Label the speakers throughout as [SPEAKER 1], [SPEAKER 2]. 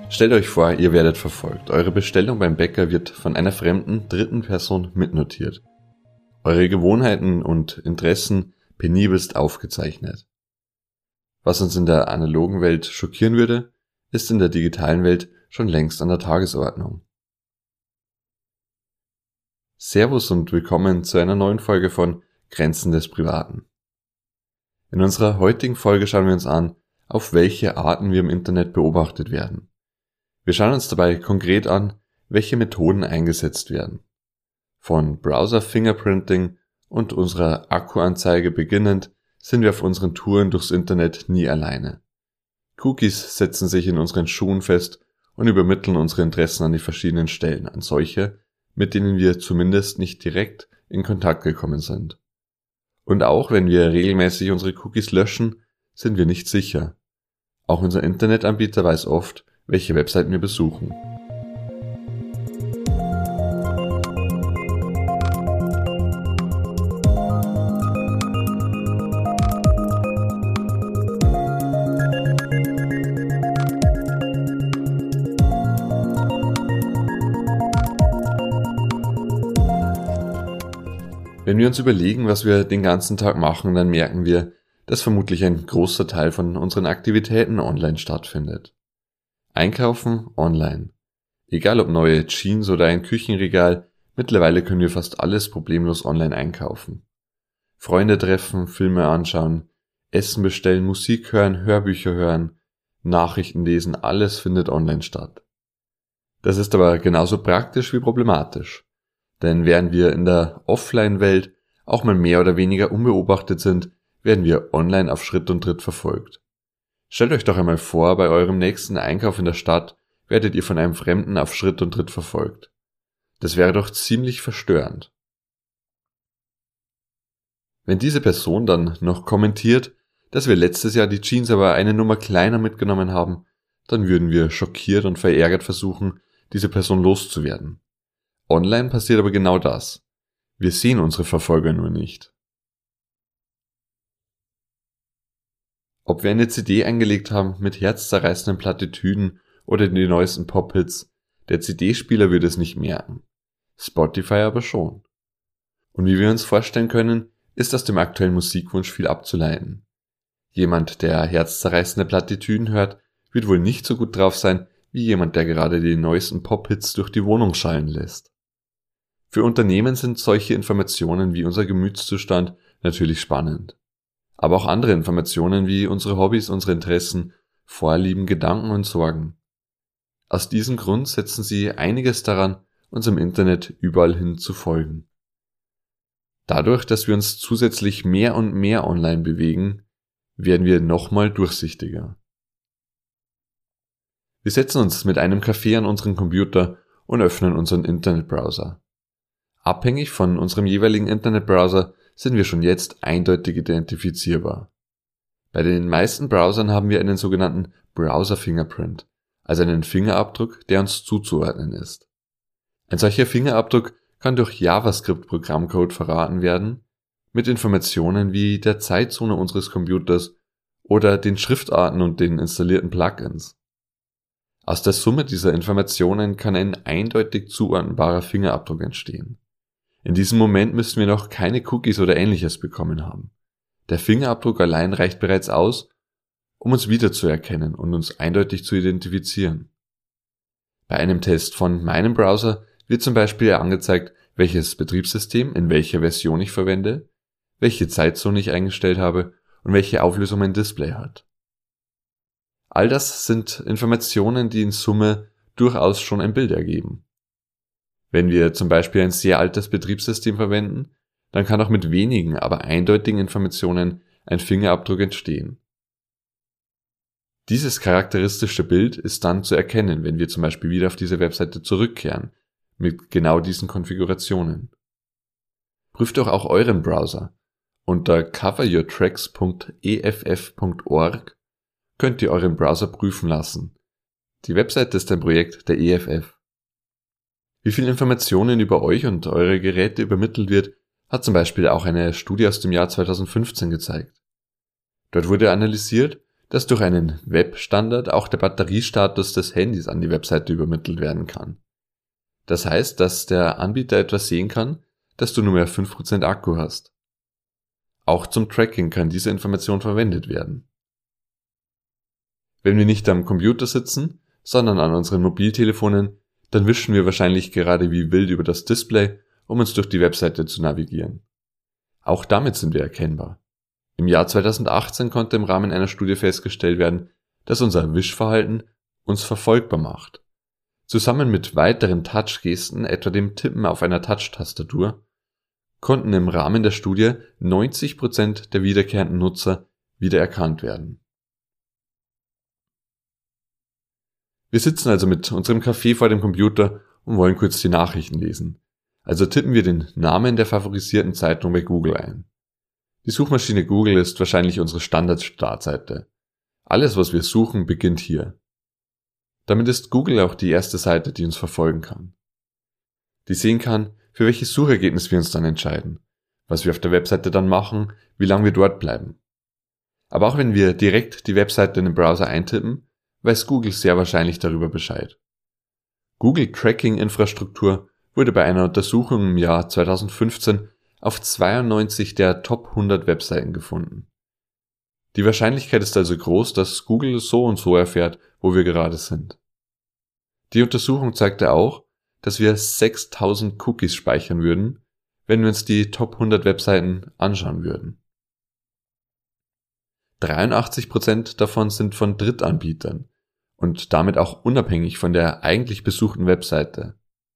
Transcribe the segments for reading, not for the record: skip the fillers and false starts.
[SPEAKER 1] Stellt euch vor, ihr werdet verfolgt. Eure Bestellung beim Bäcker wird von einer fremden, dritten Person mitnotiert. Eure Gewohnheiten und Interessen penibelst aufgezeichnet. Was uns in der analogen Welt schockieren würde, ist in der digitalen Welt schon längst an der Tagesordnung. Servus und willkommen zu einer neuen Folge von Grenzen des Privaten. In unserer heutigen Folge schauen wir uns an, auf welche Arten wir im Internet beobachtet werden. Wir schauen uns dabei konkret an, welche Methoden eingesetzt werden. Von Browser-Fingerprinting und unserer Akkuanzeige beginnend sind wir auf unseren Touren durchs Internet nie alleine. Cookies setzen sich in unseren Schuhen fest und übermitteln unsere Interessen an die verschiedenen Stellen, an solche, mit denen wir zumindest nicht direkt in Kontakt gekommen sind. Und auch wenn wir regelmäßig unsere Cookies löschen, sind wir nicht sicher. Auch unser Internetanbieter weiß oft, welche Webseiten wir besuchen. Wenn wir uns überlegen, was wir den ganzen Tag machen, dann merken wir, dass vermutlich ein großer Teil von unseren Aktivitäten online stattfindet. Einkaufen online. Egal ob neue Jeans oder ein Küchenregal, mittlerweile können wir fast alles problemlos online einkaufen. Freunde treffen, Filme anschauen, Essen bestellen, Musik hören, Hörbücher hören, Nachrichten lesen, alles findet online statt. Das ist aber genauso praktisch wie problematisch. Denn während wir in der Offline-Welt auch mal mehr oder weniger unbeobachtet sind, werden wir online auf Schritt und Tritt verfolgt. Stellt euch doch einmal vor, bei eurem nächsten Einkauf in der Stadt werdet ihr von einem Fremden auf Schritt und Tritt verfolgt. Das wäre doch ziemlich verstörend. Wenn diese Person dann noch kommentiert, dass wir letztes Jahr die Jeans aber eine Nummer kleiner mitgenommen haben, dann würden wir schockiert und verärgert versuchen, diese Person loszuwerden. Online passiert aber genau das. Wir sehen unsere Verfolger nur nicht. Ob wir eine CD eingelegt haben mit herzzerreißenden Plattitüden oder die neuesten Pop-Hits, der CD-Spieler würde es nicht merken. Spotify aber schon. Und wie wir uns vorstellen können, ist aus dem aktuellen Musikwunsch viel abzuleiten. Jemand, der herzzerreißende Plattitüden hört, wird wohl nicht so gut drauf sein, wie jemand, der gerade die neuesten Pop-Hits durch die Wohnung schallen lässt. Für Unternehmen sind solche Informationen wie unser Gemütszustand natürlich spannend. Aber auch andere Informationen wie unsere Hobbys, unsere Interessen, Vorlieben, Gedanken und Sorgen. Aus diesem Grund setzen sie einiges daran, uns im Internet überall hin zu folgen. Dadurch, dass wir uns zusätzlich mehr und mehr online bewegen, werden wir nochmal durchsichtiger. Wir setzen uns mit einem Kaffee an unseren Computer und öffnen unseren Internetbrowser. Abhängig von unserem jeweiligen Internetbrowser sind wir schon jetzt eindeutig identifizierbar. Bei den meisten Browsern haben wir einen sogenannten Browser-Fingerprint, also einen Fingerabdruck, der uns zuzuordnen ist. Ein solcher Fingerabdruck kann durch JavaScript-Programmcode verraten werden, mit Informationen wie der Zeitzone unseres Computers oder den Schriftarten und den installierten Plugins. Aus der Summe dieser Informationen kann ein eindeutig zuordnbarer Fingerabdruck entstehen. In diesem Moment müssen wir noch keine Cookies oder ähnliches bekommen haben. Der Fingerabdruck allein reicht bereits aus, um uns wiederzuerkennen und uns eindeutig zu identifizieren. Bei einem Test von meinem Browser wird zum Beispiel angezeigt, welches Betriebssystem in welcher Version ich verwende, welche Zeitzone ich eingestellt habe und welche Auflösung mein Display hat. All das sind Informationen, die in Summe durchaus schon ein Bild ergeben. Wenn wir zum Beispiel ein sehr altes Betriebssystem verwenden, dann kann auch mit wenigen, aber eindeutigen Informationen ein Fingerabdruck entstehen. Dieses charakteristische Bild ist dann zu erkennen, wenn wir zum Beispiel wieder auf diese Webseite zurückkehren, mit genau diesen Konfigurationen. Prüft doch auch euren Browser. Unter coveryourtracks.eff.org könnt ihr euren Browser prüfen lassen. Die Webseite ist ein Projekt der EFF. Wie viel Informationen über euch und eure Geräte übermittelt wird, hat zum Beispiel auch eine Studie aus dem Jahr 2015 gezeigt. Dort wurde analysiert, dass durch einen Webstandard auch der Batteriestatus des Handys an die Webseite übermittelt werden kann. Das heißt, dass der Anbieter etwas sehen kann, dass du nur mehr 5% Akku hast. Auch zum Tracking kann diese Information verwendet werden. Wenn wir nicht am Computer sitzen, sondern an unseren Mobiltelefonen, dann wischen wir wahrscheinlich gerade wie wild über das Display, um uns durch die Webseite zu navigieren. Auch damit sind wir erkennbar. Im Jahr 2018 konnte im Rahmen einer Studie festgestellt werden, dass unser Wischverhalten uns verfolgbar macht. Zusammen mit weiteren Touchgesten, etwa dem Tippen auf einer Touch-Tastatur, konnten im Rahmen der Studie 90% der wiederkehrenden Nutzer wiedererkannt werden. Wir sitzen also mit unserem Kaffee vor dem Computer und wollen kurz die Nachrichten lesen. Also tippen wir den Namen der favorisierten Zeitung bei Google ein. Die Suchmaschine Google ist wahrscheinlich unsere Standard-Startseite. Alles, was wir suchen, beginnt hier. Damit ist Google auch die erste Seite, die uns verfolgen kann. Die sehen kann, für welches Suchergebnis wir uns dann entscheiden, was wir auf der Webseite dann machen, wie lange wir dort bleiben. Aber auch wenn wir direkt die Webseite in den Browser eintippen, weiß Google sehr wahrscheinlich darüber Bescheid. Google Tracking Infrastruktur wurde bei einer Untersuchung im Jahr 2015 auf 92 der Top 100 Webseiten gefunden. Die Wahrscheinlichkeit ist also groß, dass Google so und so erfährt, wo wir gerade sind. Die Untersuchung zeigte auch, dass wir 6000 Cookies speichern würden, wenn wir uns die Top 100 Webseiten anschauen würden. 83% davon sind von Drittanbietern und damit auch unabhängig von der eigentlich besuchten Webseite.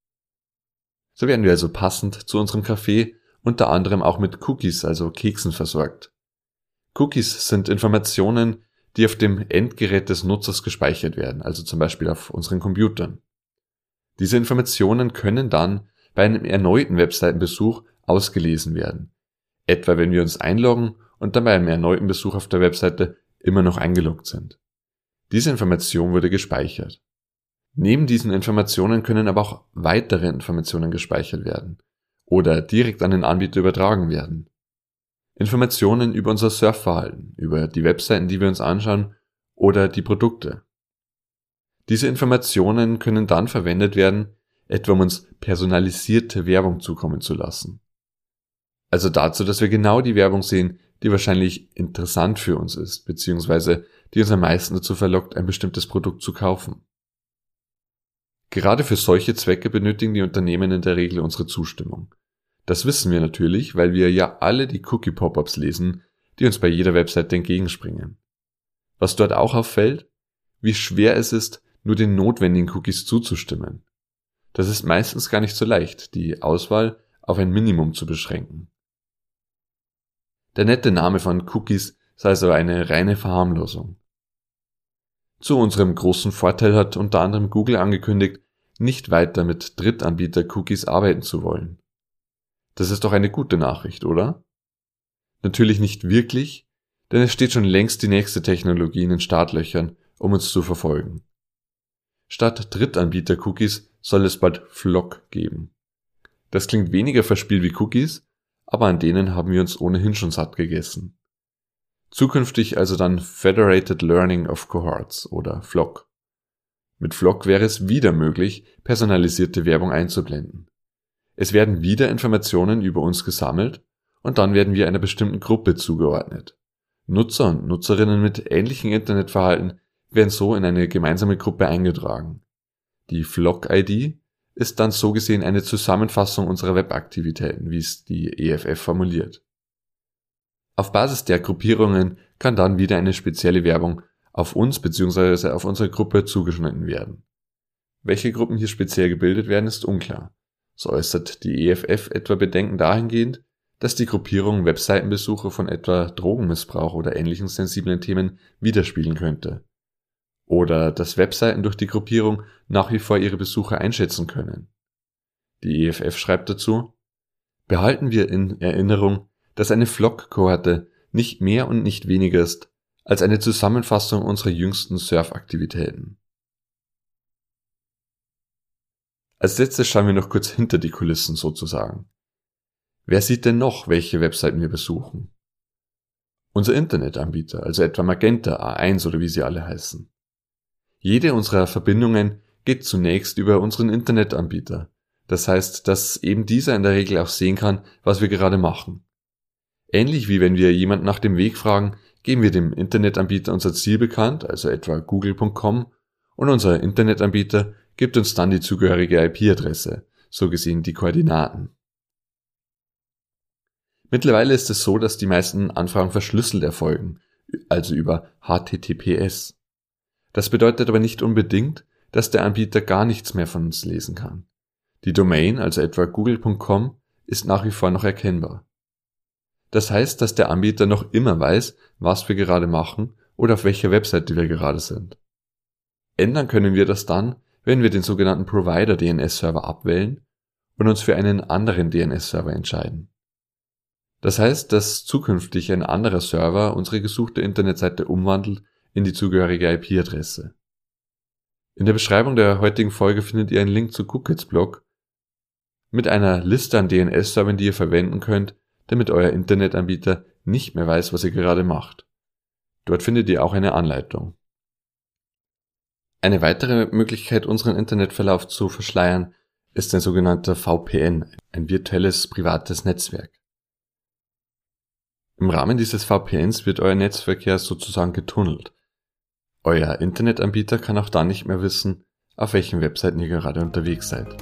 [SPEAKER 1] So werden wir also passend zu unserem Kaffee unter anderem auch mit Cookies, also Keksen, versorgt. Cookies sind Informationen, die auf dem Endgerät des Nutzers gespeichert werden, also zum Beispiel auf unseren Computern. Diese Informationen können dann bei einem erneuten Webseitenbesuch ausgelesen werden, etwa wenn wir uns einloggen und dann bei einem erneuten Besuch auf der Webseite immer noch eingeloggt sind. Diese Information wurde gespeichert. Neben diesen Informationen können aber auch weitere Informationen gespeichert werden oder direkt an den Anbieter übertragen werden. Informationen über unser Surfverhalten, über die Webseiten, die wir uns anschauen oder die Produkte. Diese Informationen können dann verwendet werden, etwa um uns personalisierte Werbung zukommen zu lassen. Also dazu, dass wir genau die Werbung sehen, die wahrscheinlich interessant für uns ist, beziehungsweise die uns am meisten dazu verlockt, ein bestimmtes Produkt zu kaufen. Gerade für solche Zwecke benötigen die Unternehmen in der Regel unsere Zustimmung. Das wissen wir natürlich, weil wir ja alle die Cookie-Pop-ups lesen, die uns bei jeder Webseite entgegenspringen. Was dort auch auffällt, wie schwer es ist, nur den notwendigen Cookies zuzustimmen. Das ist meistens gar nicht so leicht, die Auswahl auf ein Minimum zu beschränken. Der nette Name von Cookies sei also eine reine Verharmlosung. Zu unserem großen Vorteil hat unter anderem Google angekündigt, nicht weiter mit Drittanbieter-Cookies arbeiten zu wollen. Das ist doch eine gute Nachricht, oder? Natürlich nicht wirklich, denn es steht schon längst die nächste Technologie in den Startlöchern, um uns zu verfolgen. Statt Drittanbieter-Cookies soll es bald FLoC geben. Das klingt weniger verspielt wie Cookies, aber an denen haben wir uns ohnehin schon satt gegessen. Zukünftig also dann Federated Learning of Cohorts oder FLoC. Mit FLoC wäre es wieder möglich, personalisierte Werbung einzublenden. Es werden wieder Informationen über uns gesammelt und dann werden wir einer bestimmten Gruppe zugeordnet. Nutzer und Nutzerinnen mit ähnlichem Internetverhalten werden so in eine gemeinsame Gruppe eingetragen. Die FLoC-ID ist dann so gesehen eine Zusammenfassung unserer Webaktivitäten, wie es die EFF formuliert. Auf Basis der Gruppierungen kann dann wieder eine spezielle Werbung auf uns bzw. auf unsere Gruppe zugeschnitten werden. Welche Gruppen hier speziell gebildet werden, ist unklar. So äußert die EFF etwa Bedenken dahingehend, dass die Gruppierung Webseitenbesuche von etwa Drogenmissbrauch oder ähnlichen sensiblen Themen widerspiegeln könnte. Oder dass Webseiten durch die Gruppierung nach wie vor ihre Besucher einschätzen können. Die EFF schreibt dazu: Behalten wir in Erinnerung, dass eine FLoC-Kohorte nicht mehr und nicht weniger ist als eine Zusammenfassung unserer jüngsten Surfaktivitäten. Als letztes schauen wir noch kurz hinter die Kulissen sozusagen. Wer sieht denn noch, welche Webseiten wir besuchen? Unser Internetanbieter, also etwa Magenta, A1 oder wie sie alle heißen. Jede unserer Verbindungen geht zunächst über unseren Internetanbieter. Das heißt, dass eben dieser in der Regel auch sehen kann, was wir gerade machen. Ähnlich wie wenn wir jemanden nach dem Weg fragen, geben wir dem Internetanbieter unser Ziel bekannt, also etwa google.com, und unser Internetanbieter gibt uns dann die zugehörige IP-Adresse, so gesehen die Koordinaten. Mittlerweile ist es so, dass die meisten Anfragen verschlüsselt erfolgen, also über HTTPS. Das bedeutet aber nicht unbedingt, dass der Anbieter gar nichts mehr von uns lesen kann. Die Domain, also etwa google.com, ist nach wie vor noch erkennbar. Das heißt, dass der Anbieter noch immer weiß, was wir gerade machen oder auf welcher Webseite wir gerade sind. Ändern können wir das dann, wenn wir den sogenannten Provider-DNS-Server abwählen und uns für einen anderen DNS-Server entscheiden. Das heißt, dass zukünftig ein anderer Server unsere gesuchte Internetseite umwandelt in die zugehörige IP-Adresse. In der Beschreibung der heutigen Folge findet ihr einen Link zu Cookits Blog mit einer Liste an DNS-Servern, die ihr verwenden könnt, damit euer Internetanbieter nicht mehr weiß, was ihr gerade macht. Dort findet ihr auch eine Anleitung. Eine weitere Möglichkeit, unseren Internetverlauf zu verschleiern, ist ein sogenannter VPN, ein virtuelles privates Netzwerk. Im Rahmen dieses VPNs wird euer Netzverkehr sozusagen getunnelt. Euer Internetanbieter kann auch dann nicht mehr wissen, auf welchen Webseiten ihr gerade unterwegs seid.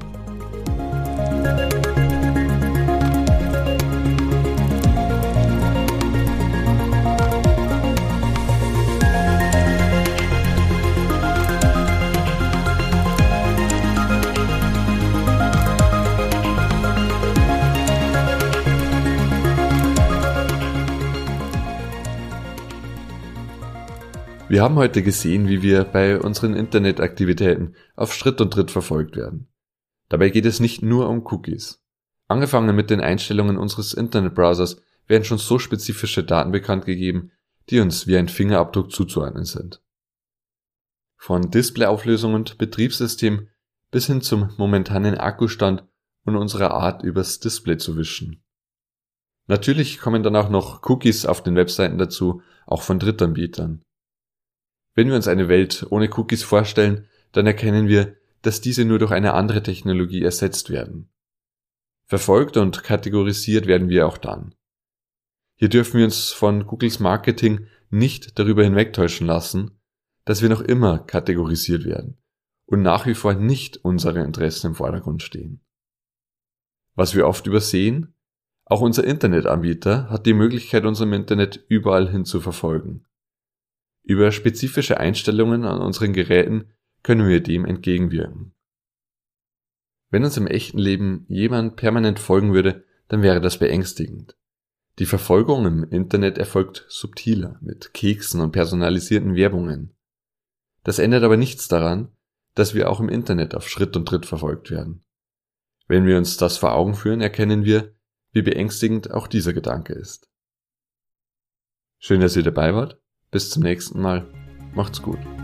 [SPEAKER 1] Wir haben heute gesehen, wie wir bei unseren Internetaktivitäten auf Schritt und Tritt verfolgt werden. Dabei geht es nicht nur um Cookies. Angefangen mit den Einstellungen unseres Internetbrowsers werden schon so spezifische Daten bekannt gegeben, die uns wie ein Fingerabdruck zuzuordnen sind. Von Displayauflösung und Betriebssystem bis hin zum momentanen Akkustand und unserer Art, übers Display zu wischen. Natürlich kommen dann auch noch Cookies auf den Webseiten dazu, auch von Drittanbietern. Wenn wir uns eine Welt ohne Cookies vorstellen, dann erkennen wir, dass diese nur durch eine andere Technologie ersetzt werden. Verfolgt und kategorisiert werden wir auch dann. Hier dürfen wir uns von Googles Marketing nicht darüber hinwegtäuschen lassen, dass wir noch immer kategorisiert werden und nach wie vor nicht unsere Interessen im Vordergrund stehen. Was wir oft übersehen, auch unser Internetanbieter hat die Möglichkeit, uns im Internet überall hin zu verfolgen. Über spezifische Einstellungen an unseren Geräten können wir dem entgegenwirken. Wenn uns im echten Leben jemand permanent folgen würde, dann wäre das beängstigend. Die Verfolgung im Internet erfolgt subtiler, mit Keksen und personalisierten Werbungen. Das ändert aber nichts daran, dass wir auch im Internet auf Schritt und Tritt verfolgt werden. Wenn wir uns das vor Augen führen, erkennen wir, wie beängstigend auch dieser Gedanke ist. Schön, dass ihr dabei wart. Bis zum nächsten Mal. Macht's gut.